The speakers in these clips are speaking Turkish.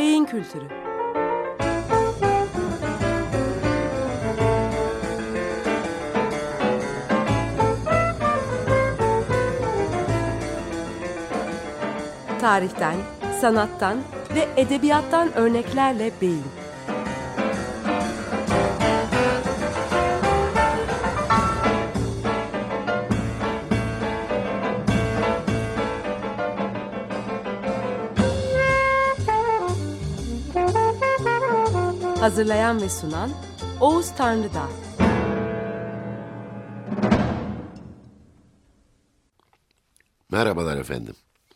Beyin Kültürü. Tarihten, sanattan ve edebiyattan örneklerle beyin. Hazırlayan ve sunan Oğuz Tanrıdağ. Merhabalar efendim.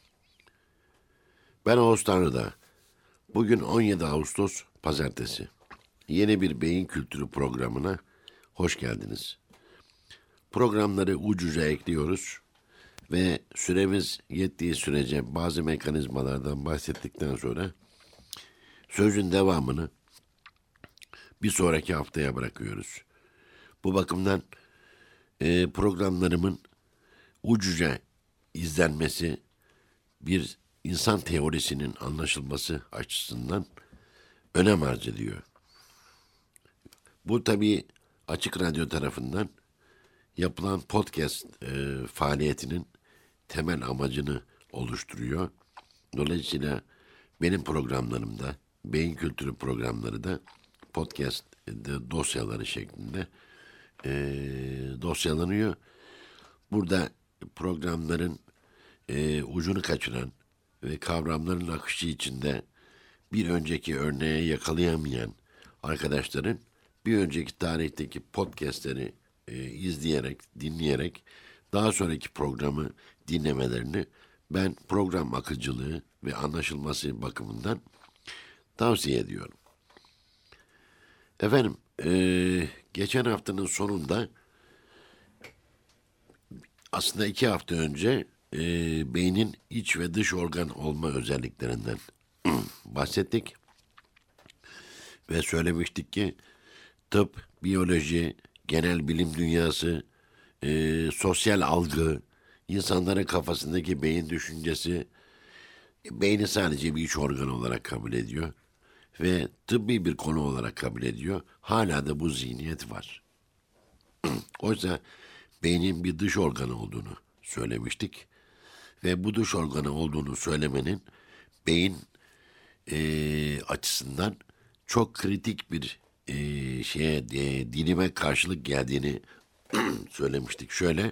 Ben Oğuz Tanrıdağ. Bugün 17 Ağustos Pazartesi. Yeni bir beyin kültürü programına hoş geldiniz. Programları ucuca ekliyoruz ve süremiz yettiği sürece bazı mekanizmalardan bahsettikten sonra sözün devamını bir sonraki haftaya bırakıyoruz. Bu bakımdan programlarımın ucuca izlenmesi bir insan teorisinin anlaşılması açısından önem arz ediyor. Bu tabii Açık Radyo tarafından yapılan podcast faaliyetinin temel amacını oluşturuyor. Dolayısıyla benim programlarımda, beyin kültürü programları da podcast dosyaları şeklinde dosyalanıyor. Burada programların ucunu kaçıran ve kavramların akışı içinde bir önceki örneğe yakalayamayan arkadaşların bir önceki tarihteki podcastleri izleyerek, dinleyerek daha sonraki programı dinlemelerini ben program akıcılığı ve anlaşılması bakımından tavsiye ediyorum. Efendim, geçen haftanın sonunda aslında 2 hafta önce beynin iç ve dış organ olma özelliklerinden bahsettik. Ve söylemiştik ki tıp, biyoloji, genel bilim dünyası, sosyal algı, insanların kafasındaki beyin düşüncesi, beyni sadece bir iç organ olarak kabul ediyor. Ve tıbbi bir konu olarak kabul ediyor. Hala da bu zihniyet var. Oysa beynin bir dış organı olduğunu söylemiştik. Ve bu dış organı olduğunu söylemenin beyin açısından çok kritik bir dilime karşılık geldiğini söylemiştik. Şöyle,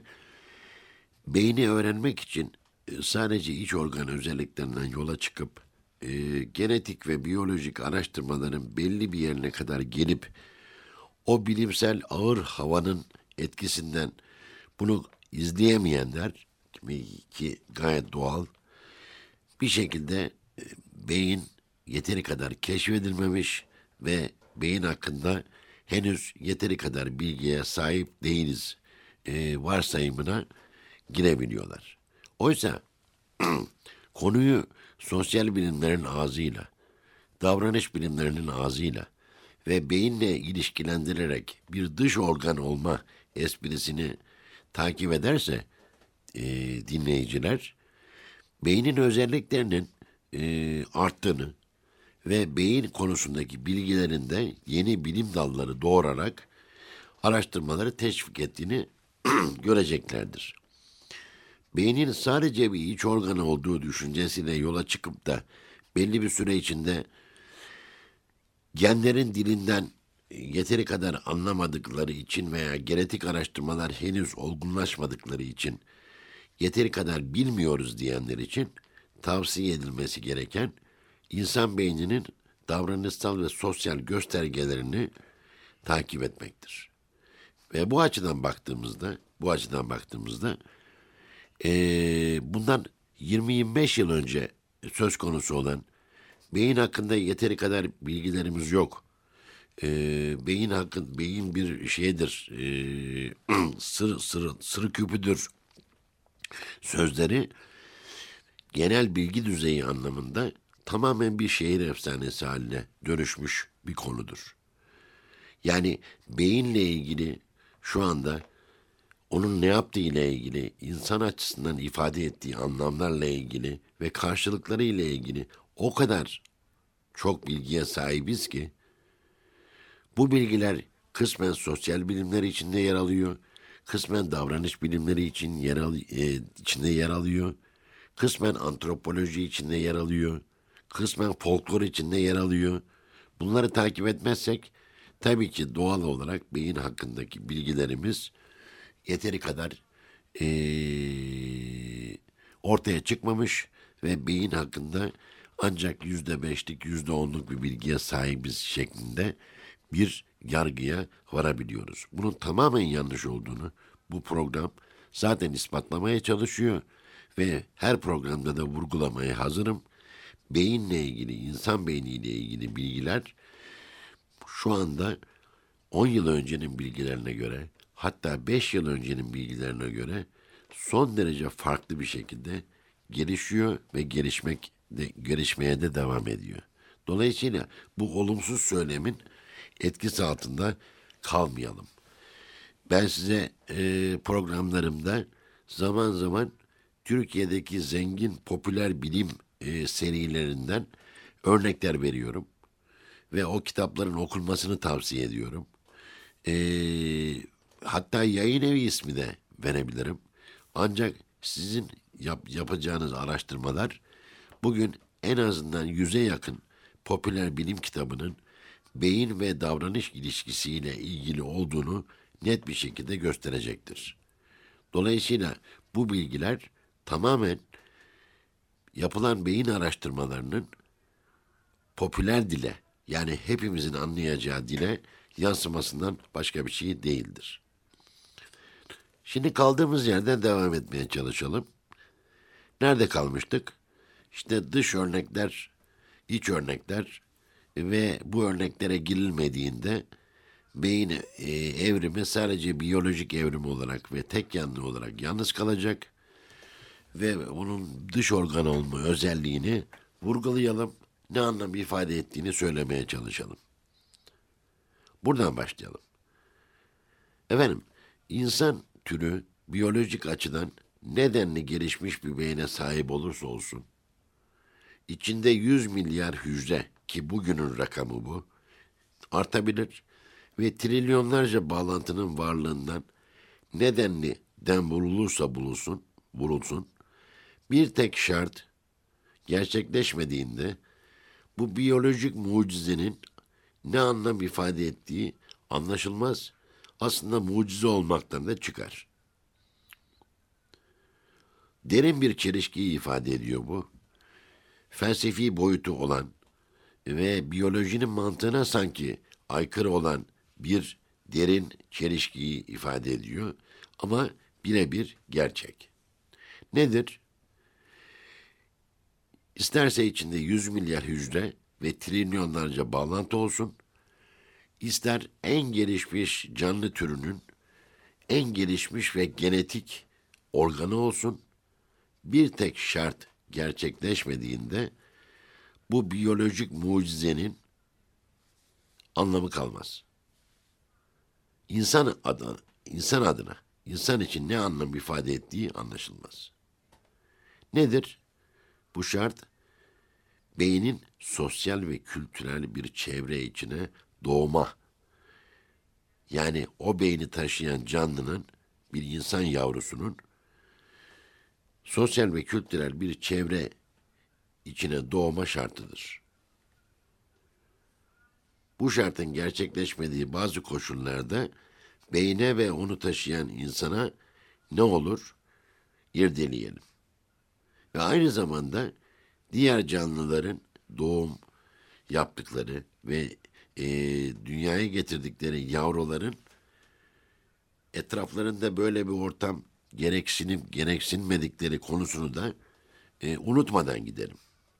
beyni öğrenmek için sadece iç organ özelliklerinden yola çıkıp genetik ve biyolojik araştırmaların belli bir yerine kadar gelip o bilimsel ağır havanın etkisinden bunu izleyemeyenler ki gayet doğal bir şekilde beyin yeteri kadar keşfedilmemiş ve beyin hakkında henüz yeteri kadar bilgiye sahip değiliz varsayımına girebiliyorlar. Oysa konuyu sosyal bilimlerin ağzıyla, davranış bilimlerinin ağzıyla ve beyinle ilişkilendirerek bir dış organ olma esprisini takip ederse dinleyiciler, beynin özelliklerinin arttığını ve beyin konusundaki bilgilerinde yeni bilim dalları doğurarak araştırmaları teşvik ettiğini göreceklerdir. Beynin sadece bir iç organı olduğu düşüncesiyle yola çıkıp da belli bir süre içinde genlerin dilinden yeteri kadar anlamadıkları için veya genetik araştırmalar henüz olgunlaşmadıkları için yeteri kadar bilmiyoruz diyenler için tavsiye edilmesi gereken insan beyninin davranışsal ve sosyal göstergelerini takip etmektir. Ve bu açıdan baktığımızda bundan 20-25 yıl önce söz konusu olan beyin hakkında yeteri kadar bilgilerimiz yok. Beyin bir şeydir, sırrı küpüdür sözleri genel bilgi düzeyi anlamında tamamen bir şehir efsanesi haline dönüşmüş bir konudur. Yani beyinle ilgili şu anda onun ne yaptığı ile ilgili, insan açısından ifade ettiği anlamlarla ilgili ve karşılıkları ile ilgili o kadar çok bilgiye sahibiz ki bu bilgiler kısmen sosyal bilimler içinde yer alıyor, kısmen davranış bilimleri içinde yer alıyor, kısmen antropoloji içinde yer alıyor, kısmen folklor içinde yer alıyor. Bunları takip etmezsek tabii ki doğal olarak beyin hakkındaki bilgilerimiz yeteri kadar ortaya çıkmamış ve beyin hakkında ancak %5'lik, %10'luk bir bilgiye sahibiz şeklinde bir yargıya varabiliyoruz. Bunun tamamen yanlış olduğunu bu program zaten ispatlamaya çalışıyor ve her programda da vurgulamaya hazırım. Beyinle ilgili, insan beyniyle ilgili bilgiler şu anda 10 yıl öncenin bilgilerine göre, hatta 5 yıl öncenin bilgilerine göre son derece farklı bir şekilde gelişiyor ve gelişmeye de devam ediyor. Dolayısıyla bu olumsuz söylemin etkisi altında kalmayalım. Ben size programlarımda zaman zaman Türkiye'deki zengin popüler bilim serilerinden örnekler veriyorum ve o kitapların okunmasını tavsiye ediyorum. Hatta yayın evi ismi de verebilirim. Ancak sizin yapacağınız araştırmalar bugün en azından 100'e yakın popüler bilim kitabının beyin ve davranış ilişkisiyle ilgili olduğunu net bir şekilde gösterecektir. Dolayısıyla bu bilgiler tamamen yapılan beyin araştırmalarının popüler dile, yani hepimizin anlayacağı dile yansımasından başka bir şey değildir. Şimdi kaldığımız yerden devam etmeye çalışalım. Nerede kalmıştık? İşte dış örnekler, iç örnekler ve bu örneklere girilmediğinde beyin evrimi sadece biyolojik evrim olarak ve tek yanlı olarak yalnız kalacak ve onun dış organ olma özelliğini vurgulayalım, ne anlam ifade ettiğini söylemeye çalışalım. Buradan başlayalım. Efendim, insan türü biyolojik açıdan nedenli gelişmiş bir beyne sahip olursa olsun, içinde 100 milyar hücre ki bugünün rakamı bu, artabilir ve trilyonlarca bağlantının varlığından nedenli den bulunsun, bir tek şart gerçekleşmediğinde bu biyolojik mucizenin ne anlam ifade ettiği anlaşılmaz, aslında mucize olmaktan da çıkar. Derin bir çelişkiyi ifade ediyor bu. Felsefi boyutu olan ve biyolojinin mantığına sanki aykırı olan bir derin çelişkiyi ifade ediyor ama birebir gerçek. Nedir? İsterse içinde 100 milyar hücre ve trilyonlarca bağlantı olsun, ister en gelişmiş canlı türünün en gelişmiş ve genetik organı olsun, bir tek şart gerçekleşmediğinde bu biyolojik mucizenin anlamı kalmaz. İnsan için ne anlam ifade ettiği anlaşılmaz. Nedir? Bu şart, beynin sosyal ve kültürel bir çevre içine doğma. Yani o beyni taşıyan canlının, bir insan yavrusunun sosyal ve kültürel bir çevre içine doğma şartıdır. Bu şartın gerçekleşmediği bazı koşullarda beyne ve onu taşıyan insana ne olur? İrdeleyelim. Ve aynı zamanda diğer canlıların doğum yaptıkları ve dünyaya getirdikleri yavruların etraflarında böyle bir ortam gereksinmedikleri konusunu da unutmadan gidelim.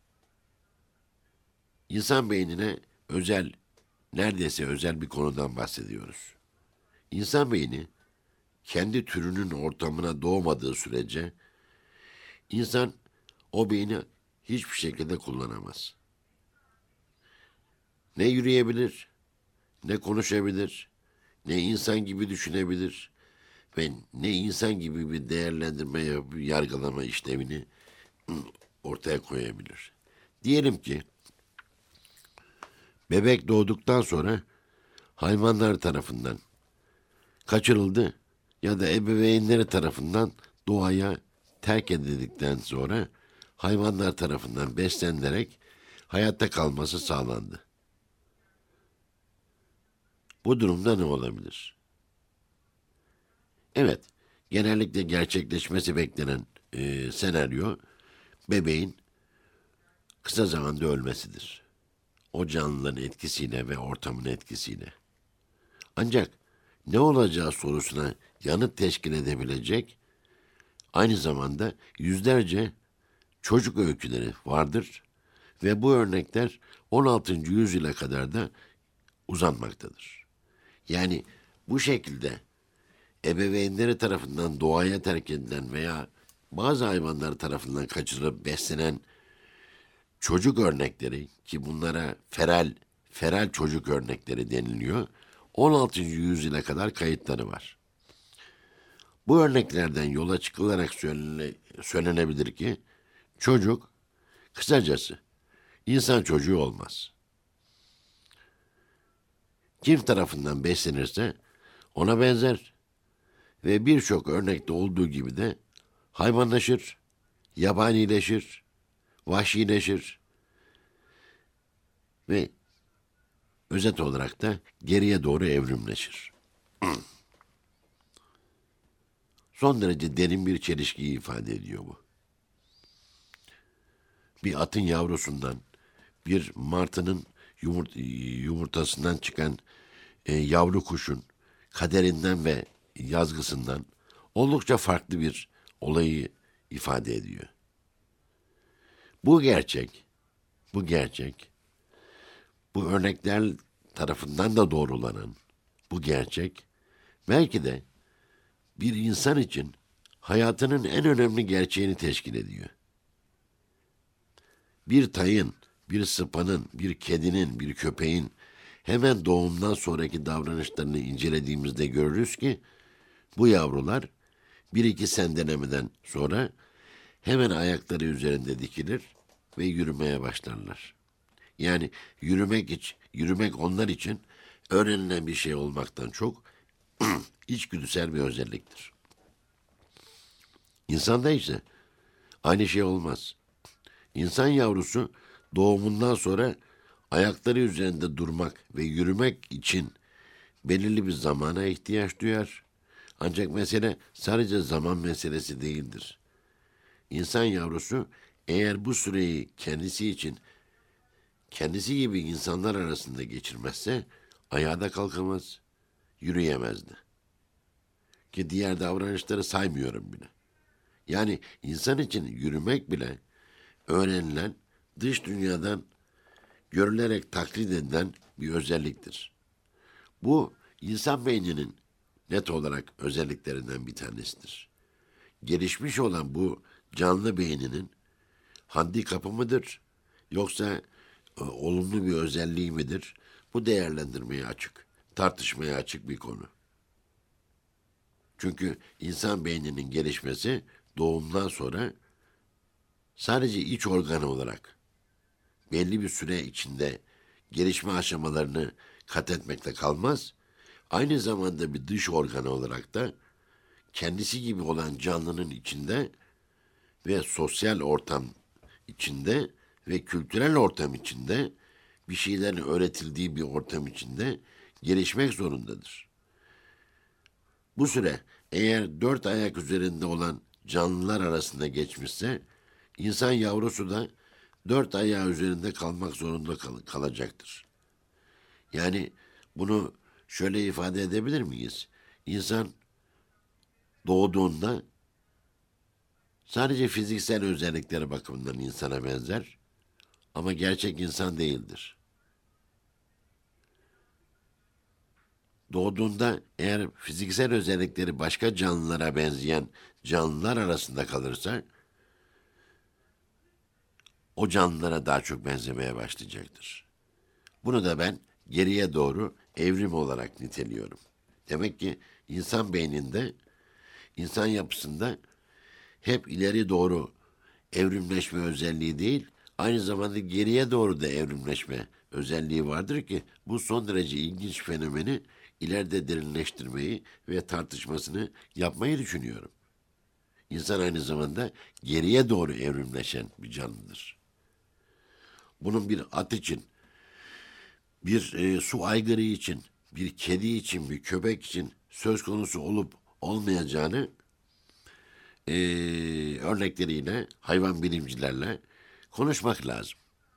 İnsan beynine neredeyse özel bir konudan bahsediyoruz. İnsan beyni kendi türünün ortamına doğmadığı sürece insan o beyni hiçbir şekilde kullanamaz. Ne yürüyebilir, ne konuşabilir, ne insan gibi düşünebilir ve ne insan gibi bir değerlendirme, yargılama işlevini ortaya koyabilir. Diyelim ki Bebek doğduktan sonra hayvanlar tarafından kaçırıldı ya da ebeveynleri tarafından doğaya terk edildikten sonra hayvanlar tarafından beslenilerek hayatta kalması sağlandı. Bu durumda ne olabilir? Evet, genellikle gerçekleşmesi beklenen senaryo bebeğin kısa zamanda ölmesidir. O canlıların etkisiyle ve ortamın etkisiyle. Ancak ne olacağı sorusuna yanıt teşkil edebilecek aynı zamanda yüzlerce çocuk öyküleri vardır ve bu örnekler 16. yüzyıla kadar da uzanmaktadır. Yani bu şekilde ebeveynleri tarafından doğaya terk edilen veya bazı hayvanlar tarafından kaçırılıp beslenen çocuk örnekleri ki bunlara feral çocuk örnekleri deniliyor. 16. yüzyıla kadar kayıtları var. Bu örneklerden yola çıkılarak söylenebilir ki çocuk kısacası insan çocuğu olmaz. Kim tarafından beslenirse ona benzer ve birçok örnekte olduğu gibi de hayvanlaşır, yabanileşir, vahşileşir ve özet olarak da geriye doğru evrimleşir. Son derece derin bir çelişkiyi ifade ediyor bu. Bir atın yavrusundan, bir martının yumurtasından çıkan yavru kuşun kaderinden ve yazgısından oldukça farklı bir olayı ifade ediyor. Bu gerçek, bu örnekler tarafından da doğrulanan bu gerçek belki de bir insan için hayatının en önemli gerçeğini teşkil ediyor. Bir tayın, bir sıpanın, bir kedinin, bir köpeğin hemen doğumdan sonraki davranışlarını incelediğimizde görürüz ki bu yavrular bir iki sendelemeden sonra hemen ayakları üzerinde dikilir ve yürümeye başlarlar. Yani yürümek onlar için öğrenilen bir şey olmaktan çok içgüdüsel bir özelliktir. İnsanda ise aynı şey olmaz. İnsan yavrusu doğumundan sonra ayakları üzerinde durmak ve yürümek için belirli bir zamana ihtiyaç duyar. Ancak mesele sadece zaman meselesi değildir. İnsan yavrusu eğer bu süreyi kendisi gibi insanlar arasında geçirmezse ayağa da kalkamaz, yürüyemezdi. Ki diğer davranışları saymıyorum bile. Yani insan için yürümek bile öğrenilen, dış dünyadan görülerek taklit edilen bir özelliktir. Bu insan beyninin net olarak özelliklerinden bir tanesidir. Gelişmiş olan bu canlı beyninin handikapı mıdır yoksa olumlu bir özelliği midir? Bu değerlendirmeye açık, tartışmaya açık bir konu. Çünkü insan beyninin gelişmesi doğumdan sonra sadece iç organı olarak belli bir süre içinde gelişme aşamalarını kat etmekte kalmaz. Aynı zamanda bir dış organı olarak da kendisi gibi olan canlının içinde ve sosyal ortam içinde ve kültürel ortam içinde bir şeylerin öğretildiği bir ortam içinde gelişmek zorundadır. Bu süre eğer dört ayak üzerinde olan canlılar arasında geçmişse insan yavrusu da dört ayağı üzerinde kalmak zorunda kalacaktır. Yani bunu şöyle ifade edebilir miyiz? İnsan doğduğunda sadece fiziksel özellikleri bakımından insana benzer ama gerçek insan değildir. Doğduğunda eğer fiziksel özellikleri başka canlılara benzeyen canlılar arasında kalırsa o canlılara daha çok benzemeye başlayacaktır. Bunu da ben geriye doğru evrim olarak niteliyorum. Demek ki insan beyninde, insan yapısında hep ileri doğru evrimleşme özelliği değil, aynı zamanda geriye doğru da evrimleşme özelliği vardır ki bu son derece ilginç fenomeni ileride derinleştirmeyi ve tartışmasını yapmayı düşünüyorum. İnsan aynı zamanda geriye doğru evrimleşen bir canlıdır. Bunun bir at için, bir su aygırı için, bir kedi için, bir köpek için söz konusu olup olmayacağını e, örnekleriyle, hayvan bilimcilerle konuşmak lazım.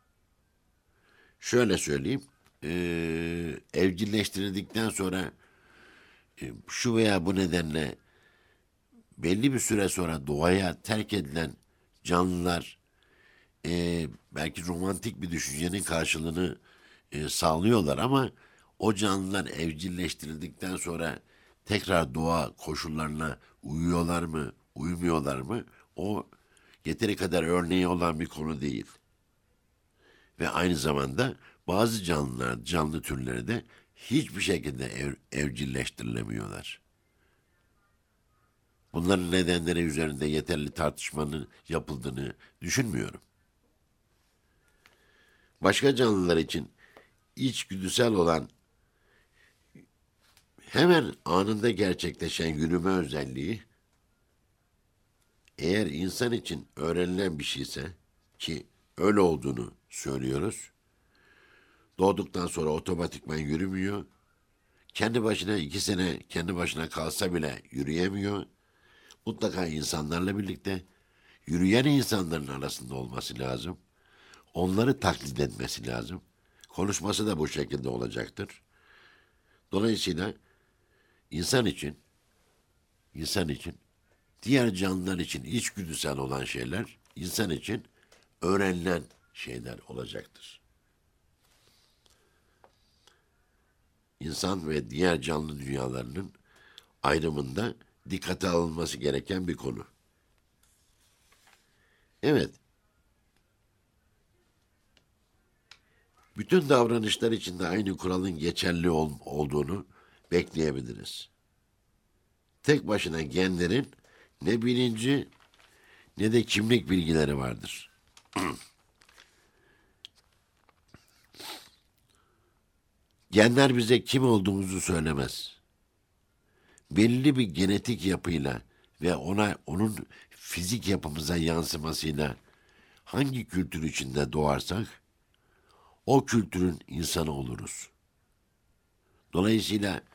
Şöyle söyleyeyim, evcilleştirildikten sonra şu veya bu nedenle belli bir süre sonra doğaya terk edilen canlılar belki romantik bir düşüncenin karşılığını sağlıyorlar ama o canlılar evcilleştirildikten sonra tekrar doğa koşullarına uyuyorlar mı, uymuyorlar mı? O yeteri kadar örneği olan bir konu değil. Ve aynı zamanda bazı canlılar, canlı türleri de hiçbir şekilde evcilleştirilemiyorlar. Bunların nedenleri üzerinde yeterli tartışmanın yapıldığını düşünmüyorum. Başka canlılar için içgüdüsel olan hemen anında gerçekleşen yürüme özelliği eğer insan için öğrenilen bir şeyse ki öyle olduğunu söylüyoruz. Doğduktan sonra otomatikman yürümüyor. Kendi başına 2 sene kendi başına kalsa bile yürüyemiyor. Mutlaka insanlarla birlikte yürüyen insanların arasında olması lazım. Onları taklit etmesi lazım. Konuşması da bu şekilde olacaktır. Dolayısıyla insan için, diğer canlılar için içgüdüsel olan şeyler, insan için öğrenilen şeyler olacaktır. İnsan ve diğer canlı dünyalarının ayrımında dikkate alınması gereken bir konu. Evet, bütün davranışlar içinde aynı kuralın geçerli olduğunu bekleyebiliriz. Tek başına genlerin ne bilinci ne de kimlik bilgileri vardır. Genler bize kim olduğumuzu söylemez. Belli bir genetik yapıyla ve onun fizik yapımıza yansımasıyla hangi kültür içinde doğarsak o kültürün insanı oluruz. Dolayısıyla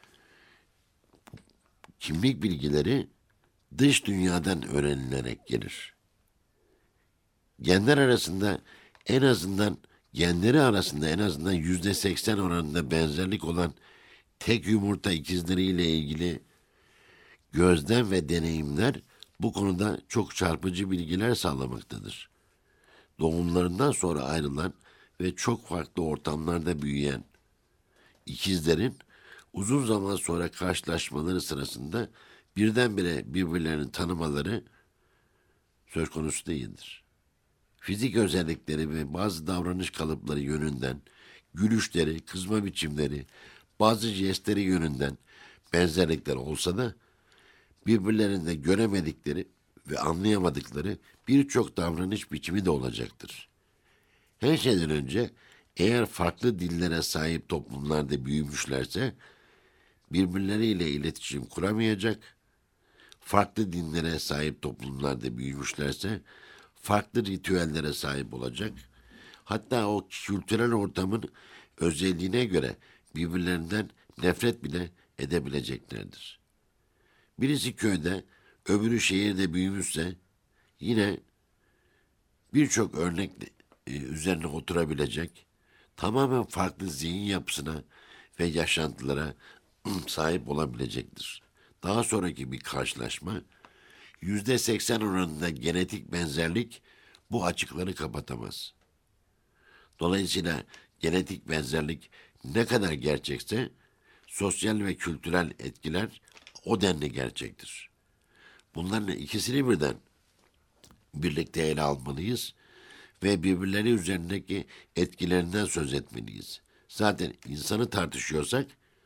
kimlik bilgileri dış dünyadan öğrenilerek gelir. Genler arasında en azından genleri arasında en azından %80 oranında benzerlik olan tek yumurta ikizleriyle ilgili gözlem ve deneyimler bu konuda çok çarpıcı bilgiler sağlamaktadır. Doğumlarından sonra ayrılan ve çok farklı ortamlarda büyüyen ikizlerin uzun zaman sonra karşılaşmaları sırasında birdenbire birbirlerini tanımaları söz konusu değildir. Fizik özellikleri ve bazı davranış kalıpları yönünden, gülüşleri, kızma biçimleri, bazı jestleri yönünden benzerlikler olsa da birbirlerinde göremedikleri ve anlayamadıkları birçok davranış biçimi de olacaktır. Her şeyden önce eğer farklı dillere sahip toplumlarda büyümüşlerse birbirleriyle iletişim kuramayacak, farklı dinlere sahip toplumlarda büyümüşlerse farklı ritüellere sahip olacak, hatta o kültürel ortamın özelliğine göre birbirlerinden nefret bile edebileceklerdir. Birisi köyde, öbürü şehirde büyümüşse yine birçok örnek üzerine oturabilecek, tamamen farklı zihin yapısına ve yaşantılara sahip olabilecektir. Daha sonraki bir karşılaşma, %80 oranında genetik benzerlik bu açıkları kapatamaz. Dolayısıyla genetik benzerlik ne kadar gerçekse, sosyal ve kültürel etkiler o denli gerçektir. Bunların ikisini birden birlikte ele almalıyız ve birbirleri üzerindeki etkilerinden söz etmeliyiz. Zaten insanı tartışıyorsak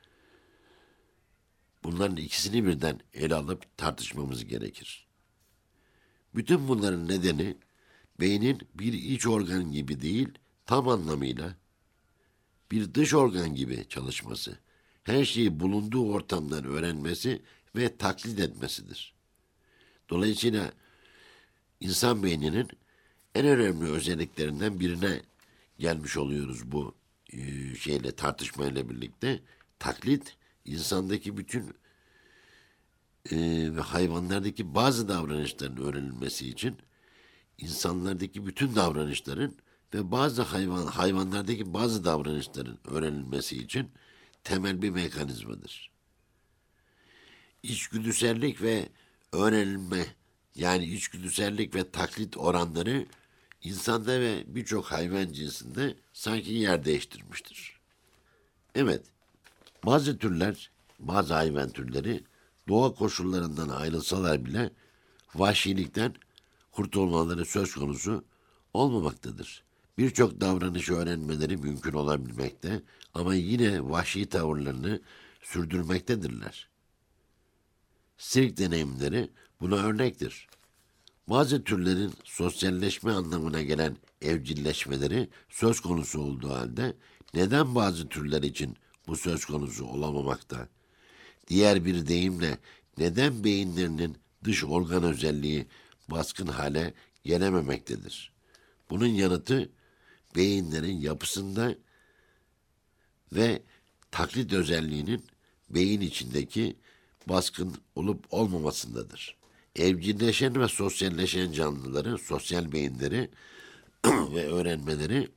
bunların ikisini birden ele alıp tartışmamız gerekir. Bütün bunların nedeni beynin bir iç organ gibi değil, tam anlamıyla bir dış organ gibi çalışması, her şeyi bulunduğu ortamdan öğrenmesi ve taklit etmesidir. Dolayısıyla insan beyninin en önemli özelliklerinden birine gelmiş oluyoruz bu tartışmayla birlikte. Taklit insandaki bütün ve hayvanlardaki bazı davranışların öğrenilmesi için insanlardaki bütün davranışların ve bazı hayvanlardaki bazı davranışların öğrenilmesi için temel bir mekanizmadır. İçgüdüsellik ve öğrenilme, yani içgüdüsellik ve taklit oranları insanda ve birçok hayvan cinsinde sanki yer değiştirmiştir. Evet, bazı türler, bazı hayvan türleri doğa koşullarından ayrılsalar bile vahşilikten kurtulmaları söz konusu olmamaktadır. Birçok davranışı öğrenmeleri mümkün olabilmekte ama yine vahşi tavırlarını sürdürmektedirler. Sirk deneyimleri buna örnektir. Bazı türlerin sosyalleşme anlamına gelen evcilleşmeleri söz konusu olduğu halde neden bazı türler için bu söz konusu olamamakta? Diğer bir deyimle neden beyinlerinin dış organ özelliği baskın hale gelememektedir? Bunun yanıtı beyinlerin yapısında ve taklit özelliğinin beyin içindeki baskın olup olmamasındadır. Evcilleşen ve sosyalleşen canlıların sosyal beyinleri ve öğrenmeleri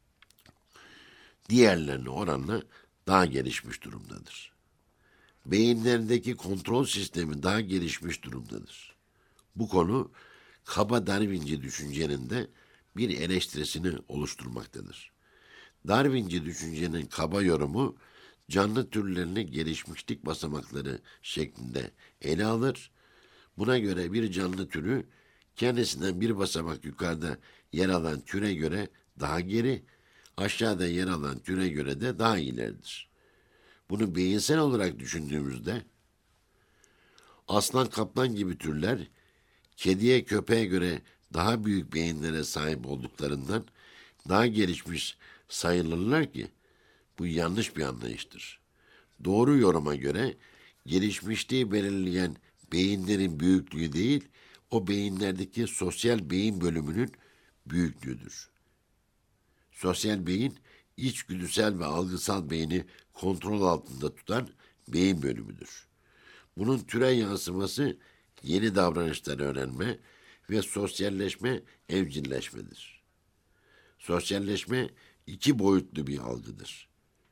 diğerlerine oranla daha gelişmiş durumdadır. Beyinlerindeki kontrol sistemi daha gelişmiş durumdadır. Bu konu kaba Darwinci düşüncenin de bir eleştirisini oluşturmaktadır. Darwinci düşüncenin kaba yorumu canlı türlerini gelişmişlik basamakları şeklinde ele alır. Buna göre bir canlı türü kendisinden bir basamak yukarıda yer alan türe göre daha geri, aşağıda yer alan türe göre de daha ileridir. Bunu beyinsel olarak düşündüğümüzde aslan kaplan gibi türler kediye köpeğe göre daha büyük beyinlere sahip olduklarından daha gelişmiş sayılırlar ki bu yanlış bir anlayıştır. Doğru yoruma göre gelişmişliği belirleyen beyinlerin büyüklüğü değil, o beyinlerdeki sosyal beyin bölümünün büyüklüğüdür. Sosyal beyin, içgüdüsel ve algısal beyni kontrol altında tutan beyin bölümüdür. Bunun türe yansıması yeni davranışlar öğrenme ve sosyalleşme, evcilleşmedir. Sosyalleşme iki boyutlu bir algıdır.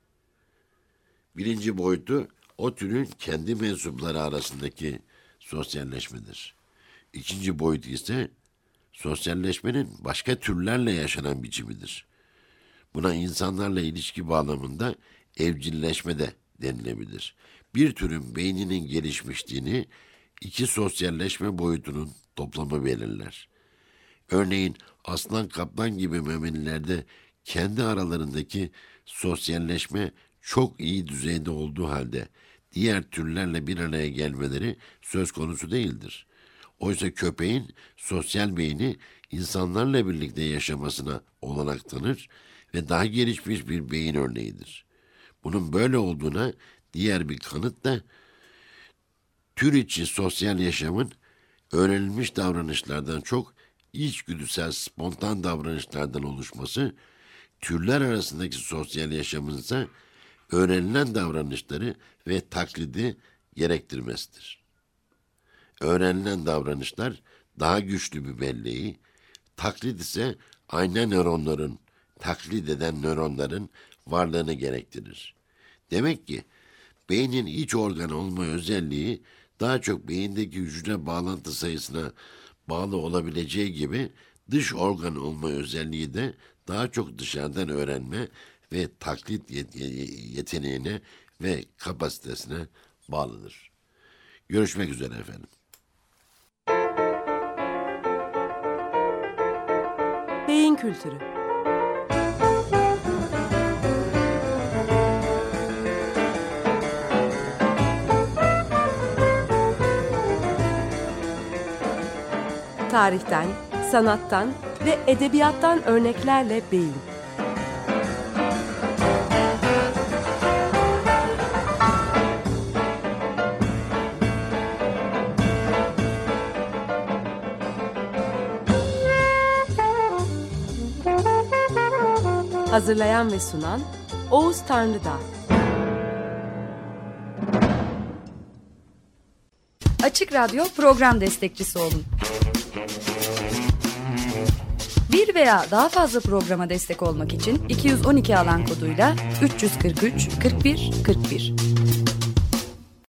Birinci boyutu o türün kendi mensupları arasındaki sosyalleşmedir. İkinci boyut ise sosyalleşmenin başka türlerle yaşanan biçimidir. Buna insanlarla ilişki bağlamında evcilleşme de denilebilir. Bir türün beyninin gelişmişliğini iki sosyalleşme boyutunun toplamı belirler. Örneğin aslan kaplan gibi memelilerde kendi aralarındaki sosyalleşme çok iyi düzeyde olduğu halde diğer türlerle bir araya gelmeleri söz konusu değildir. Oysa köpeğin sosyal beyni insanlarla birlikte yaşamasına olanak tanır ve daha gelişmiş bir beyin örneğidir. Bunun böyle olduğuna diğer bir kanıt da tür içi sosyal yaşamın öğrenilmiş davranışlardan çok içgüdüsel spontan davranışlardan oluşması, türler arasındaki sosyal yaşamın ise öğrenilen davranışları ve taklidi gerektirmesidir. Öğrenilen davranışlar daha güçlü bir belleği, taklit ise ayna nöronların, taklit eden nöronların varlığını gerektirir. Demek ki beynin iç organ olma özelliği daha çok beyindeki hücre bağlantı sayısına bağlı olabileceği gibi dış organ olma özelliği de daha çok dışarıdan öğrenme ve taklit yeteneğine ve kapasitesine bağlıdır. Görüşmek üzere efendim. Beyin kültürü. Tarihten, sanattan, ve edebiyattan örneklerle beyin. Hazırlayan ve sunan Oğuz Tanrıdağ. Açık Radyo program destekçisi olun. Bir veya daha fazla programa destek olmak için 212 alan koduyla 343 41 41